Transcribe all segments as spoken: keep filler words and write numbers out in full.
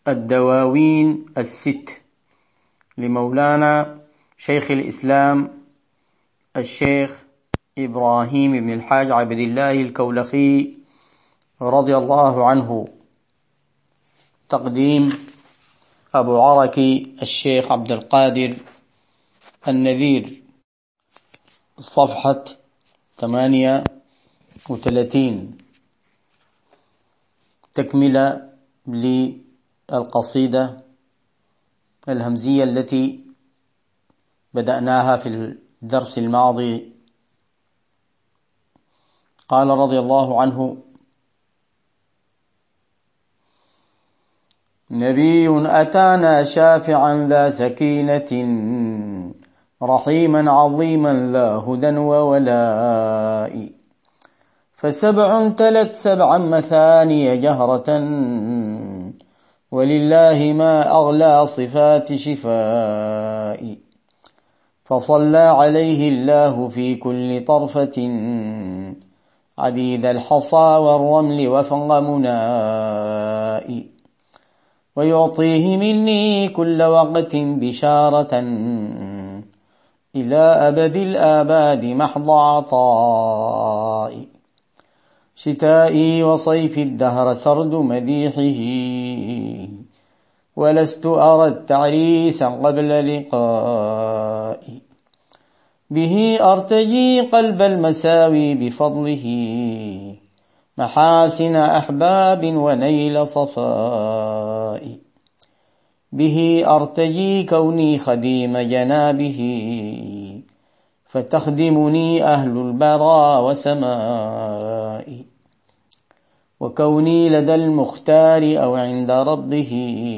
الدواوين الست لمولانا شيخ الإسلام الشيخ إبراهيم بن الحاج عبد الله الكولخي رضي الله عنه، تقديم أبو عركي الشيخ عبد القادر النذير، صفحة ثمانية وثلاثين، تكملة للقصيدة الهمزية التي بدأناها في الدرس الماضي. قال رضي الله عنه: نبي أتانا شافعا ذا سكينة، رحيما عظيما لا هدى وولاء، فسبع تلت سبعا مثاني جهرة، ولله ما أغلى صفات شفاء، فصلى عليه الله في كل طرفة، عديد الحصى والرمل وفق مناء، ويعطيه مني كل وقت بشارة، إلى أبد الآباد محض عطاء، شتائي وصيف الدهر سرد مديحه، ولست أرى التعريس قبل لقائي، به أرتجي قلب المساوي بفضله، محاسن أحباب ونيل صفاء، به أرتجي كوني خديم جنابه، فتخدمني أهل البرى وسمائي، وكوني لدى المختار أو عند ربه،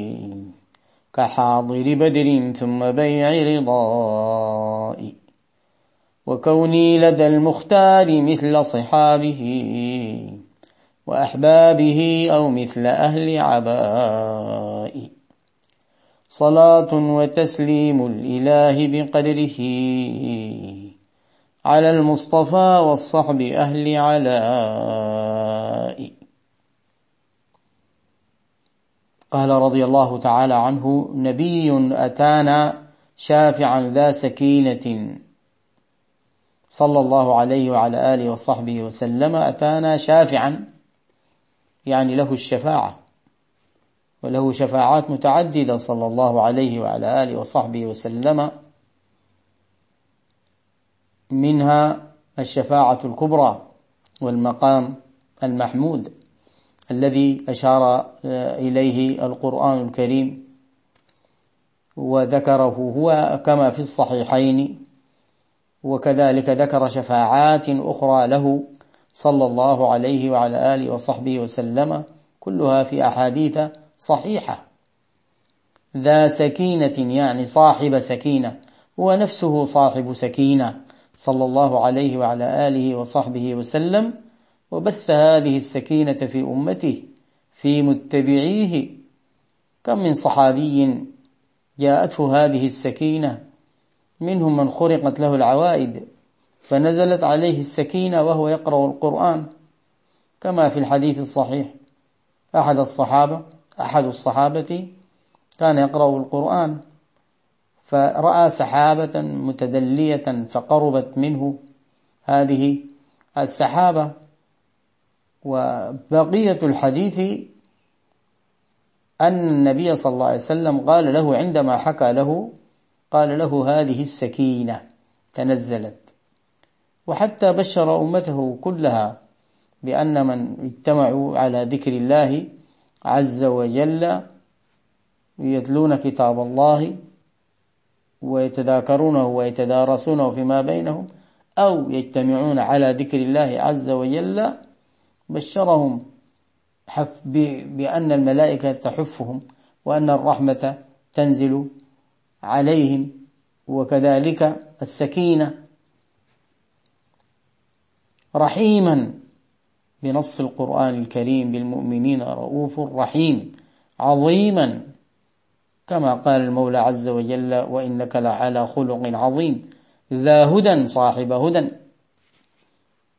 كحاضر بدر ثم بيع رضائي، وكوني لدى المختار مثل صحابه وأحبابه أو مثل أهل عبائي، صلاة وتسليم الإله بقدره، على المصطفى والصحب أهل علاء. قال رضي الله تعالى عنه: نبي أتانا شافعا ذا سكينة، صلى الله عليه وعلى آله وصحبه وسلم. أتانا شافعا يعني له الشفاعة، وله شفاعات متعددة صلى الله عليه وعلى آله وصحبه وسلم، منها الشفاعة الكبرى والمقام المحمود الذي أشار إليه القرآن الكريم وذكره هو كما في الصحيحين، وكذلك ذكر شفاعات أخرى له صلى الله عليه وعلى آله وصحبه وسلم، كلها في أحاديث صحيحة. ذا سكينة يعني صاحب سكينة، هو نفسه صاحب سكينة صلى الله عليه وعلى آله وصحبه وسلم، وبث هذه السكينة في أمته في متبعيه. كم من صحابي جاءته هذه السكينة، منهم من خرقت له العوائد فنزلت عليه السكينة وهو يقرأ القرآن، كما في الحديث الصحيح: أحد الصحابة أحد الصحابة كان يقرأ القرآن فرأى سحابة متدلية فقربت منه هذه السحابة. وبقية الحديث أن النبي صلى الله عليه وسلم قال له عندما حكى له، قال له: هذه السكينة تنزلت. وحتى بشر أمته كلها بأن من اجتمعوا على ذكر الله عز وجل يتلون كتاب الله ويتذاكرونه ويتدارسونه فيما بينهم، أو يجتمعون على ذكر الله عز وجل، بشرهم بأن الملائكة تحفهم، وأن الرحمة تنزل عليهم، وكذلك السكينة. رحيما بنص القرآن الكريم بالمؤمنين رؤوف رحيم، عظيما كما قال المولى عز وجل: وإنك لعلى خلق عظيم، ذا هدى صاحب هدى،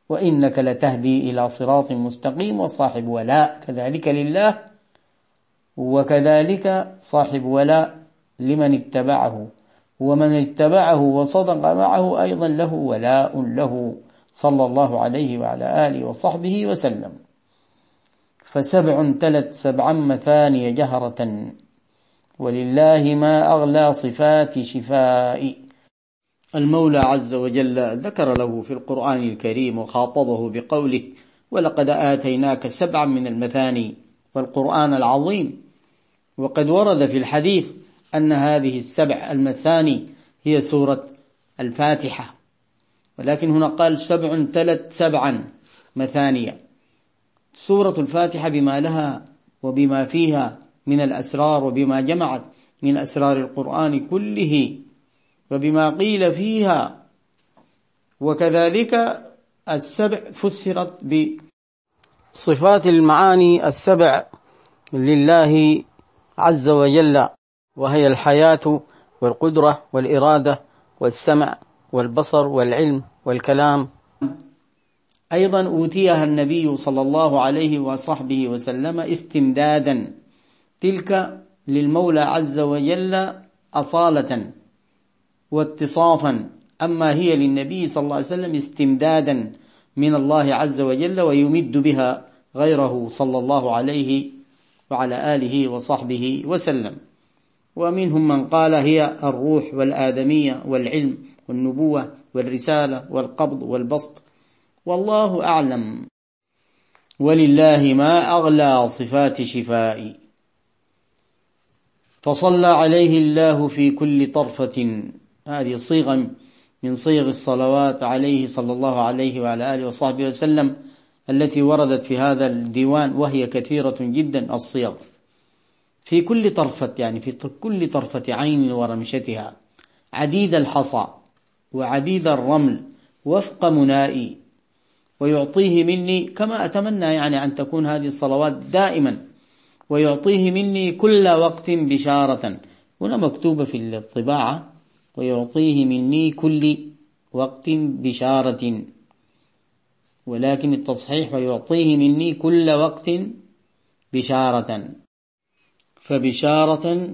وإنك لتهدي إلى صراط مستقيم، وصاحب ولاء كذلك لله، وكذلك صاحب ولاء لمن اتبعه، ومن اتبعه وصدق معه أيضا له ولاء له صلى الله عليه وعلى آله وصحبه وسلم. فسبع تلت سبعا مثاني جهرة، ولله ما أغلى صفات شفاء. المولى عز وجل ذكر له في القرآن الكريم وخاطبه بقوله: ولقد آتيناك سبعا من المثاني والقرآن العظيم. وقد ورد في الحديث أن هذه السبع المثاني هي سورة الفاتحة، ولكن هنا قال سبع تلت سبعا مثانية. سورة الفاتحة بما لها وبما فيها من الأسرار، وبما جمعت من أسرار القرآن كله، وبما قيل فيها. وكذلك السبع فسرت بصفات المعاني السبع لله عز وجل، وهي الحياة والقدرة والإرادة والسمع والبصر والعلم والكلام. أيضا أوتيها النبي صلى الله عليه وصحبه وسلم استمدادا، تلك للمولى عز وجل أصالة واتصافا، أما هي للنبي صلى الله عليه وسلم استمدادا من الله عز وجل، ويمد بها غيره صلى الله عليه وعلى آله وصحبه وسلم. ومنهم من قال هي الروح والآدمية والعلم والنبوة والرسالة والقبض والبسط، والله أعلم. ولله ما أغلى صفات شفاء، فصلى عليه الله في كل طرفة. هذه صيغة من صيغ الصلوات عليه صلى الله عليه وعلى آله وصحبه وسلم التي وردت في هذا الديوان، وهي كثيرة جدا الصيغ. في كل طرفة يعني في كل طرفة عين ورمشتها، عديد الحصى وعديد الرمل وفق منائي، ويعطيه مني كما أتمنى يعني أن تكون هذه الصلوات دائما، ويعطيه مني كل وقت بشارة. هنا مكتوبة في الطباعة: ويعطيه مني كل وقت بشارة، ولكن التصحيح: ويعطيه مني كل وقت بشارة. فبشارة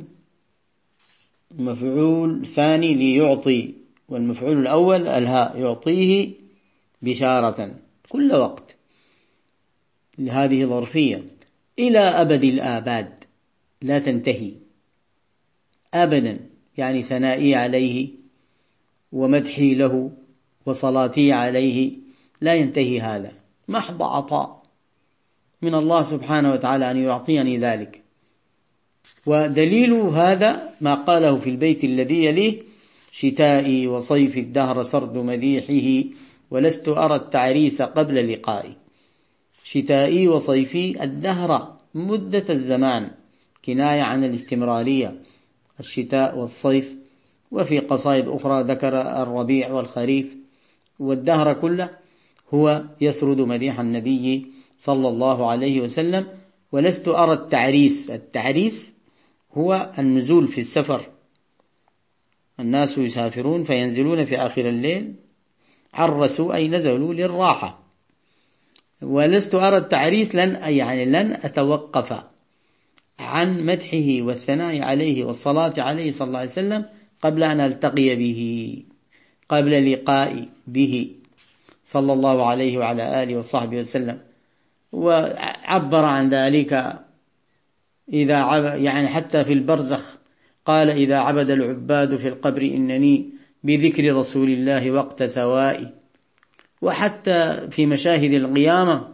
مفعول ثاني ليعطي، والمفعول الأول الهاء، يعطيه بشارة كل وقت، لهذه ظرفية إلى أبد الآباد لا تنتهي أبدا، يعني ثنائي عليه ومدحي له وصلاتي عليه لا ينتهي. هذا محض عطاء من الله سبحانه وتعالى أن يعطيني ذلك. ودليل هذا ما قاله في البيت الذي يليه: شتائي وصيف الدهر سرد مديحه، ولست أرى التعريس قبل لقائي. شتائي وصيفي، الدهر مدة الزمان، كناية عن الاستمرارية، الشتاء والصيف. وفي قصائد أخرى ذكر الربيع والخريف، والدهر كله هو يسرد مديح النبي صلى الله عليه وسلم. ولست أرى التعريس، التعريس هو النزول في السفر، الناس يسافرون فينزلون في آخر الليل، عرسوا أي نزلوا للراحة. ولست أرى التعريس، لن يعني لن أتوقف عن مدحه والثناء عليه والصلاة عليه صلى الله عليه وسلم قبل أن ألتقي به، قبل لقائي به صلى الله عليه وعلى آله وصحبه وسلم. وعبر عن ذلك إذا عب يعني حتى في البرزخ قال: إذا عبد العباد في القبر إنني بذكر رسول الله وقت ثوائي. وحتى في مشاهد القيامة: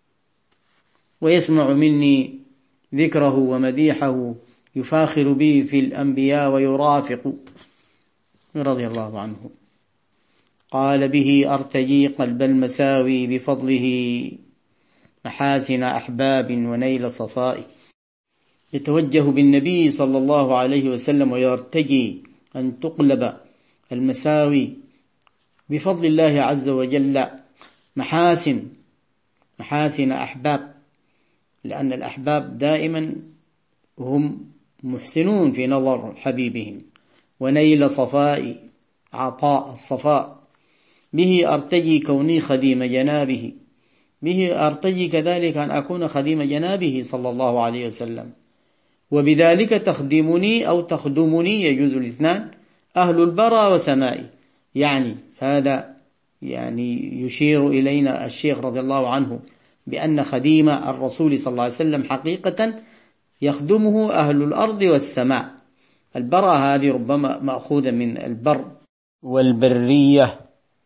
ويسمع مني ذكره ومديحه، يفاخر به في الأنبياء ويرافق، رضي الله عنه. قال: به أرتجي قلب المساوي، بفضله محاسن أحباب ونيل صفاء. يتوجه بالنبي صلى الله عليه وسلم ويرتجي أن تقلب المساوي بفضل الله عز وجل، محاسن محاسن أحباب، لأن الأحباب دائما هم محسنون في نظر حبيبهم. ونيل صفاء، عطاء الصفاء. به أرتجي كوني خديم جنابه، به أرتجي كذلك أن أكون خديم جنابه صلى الله عليه وسلم. وبذلك تخدمني أو تخدمني يجوز الاثنان أهل البرى وسمائي. يعني هذا يعني يشير إلينا الشيخ رضي الله عنه بأن خديم الرسول صلى الله عليه وسلم حقيقة يخدمه أهل الأرض والسماء. البرى هذه ربما مأخوذة من البر والبرية،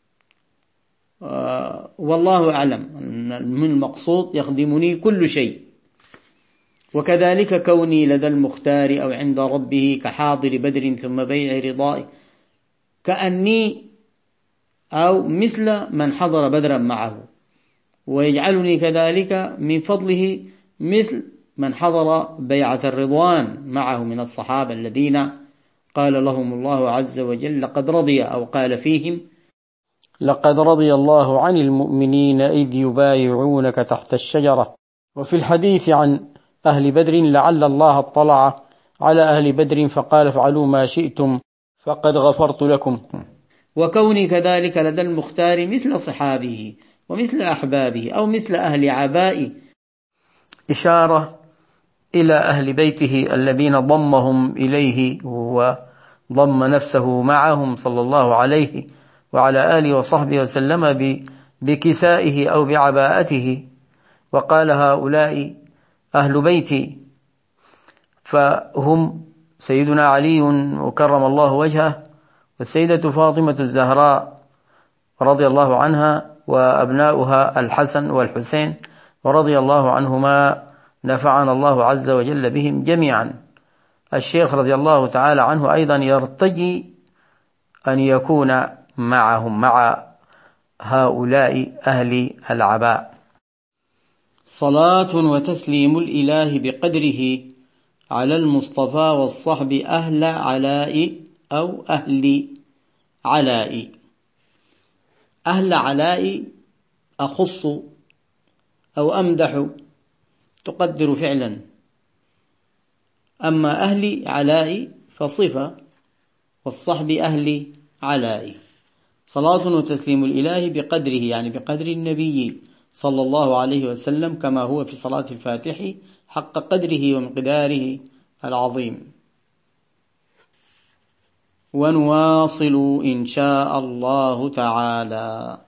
آه والله أعلم من المقصود يخدمني كل شيء. وكذلك كوني لدى المختار أو عند ربه كحاضر بدر ثم بيع رضائي، كأني أو مثل من حضر بدرا معه، ويجعلني كذلك من فضله مثل من حضر بيعة الرضوان معه من الصحابة الذين قال لهم الله عز وجل لقد رضي، أو قال فيهم لقد رضي الله عن المؤمنين إذ يبايعونك تحت الشجرة. وفي الحديث عن أهل بدر لعل الله اطلع على أهل بدر فقال افعلوا ما شئتم فقد غفرت لكم. وكوني كذلك لدى المختار مثل صحابه ومثل أحبابه أو مثل أهل عبائي، إشارة إلى أهل بيته الذين ضمهم إليه وضم نفسه معهم صلى الله عليه وعلى آله وصحبه وسلم بكسائه أو بعباءته. وقال هؤلاء أهل بيتي، فهم سيدنا علي وكرم الله وجهه، والسيدة فاطمة الزهراء رضي الله عنها، وأبناؤها الحسن والحسين ورضي الله عنهما، نفعنا الله عز وجل بهم جميعا. الشيخ رضي الله تعالى عنه أيضا يرتجي أن يكون معهم مع هؤلاء أهل العباء. صلاة وتسليم الإله بقدره على المصطفى والصحب أهل علاء أو أهل علاء. أهل علاء أخص أو أمدح، تقدر فعلا، أما أهل علاء فصفة، والصحب أهل علاء. صلاة وتسليم الإله بقدره يعني بقدر النبي صلى الله عليه وسلم، كما هو في صلاة الفاتح حق قدره ومقداره العظيم. ونواصل إن شاء الله تعالى.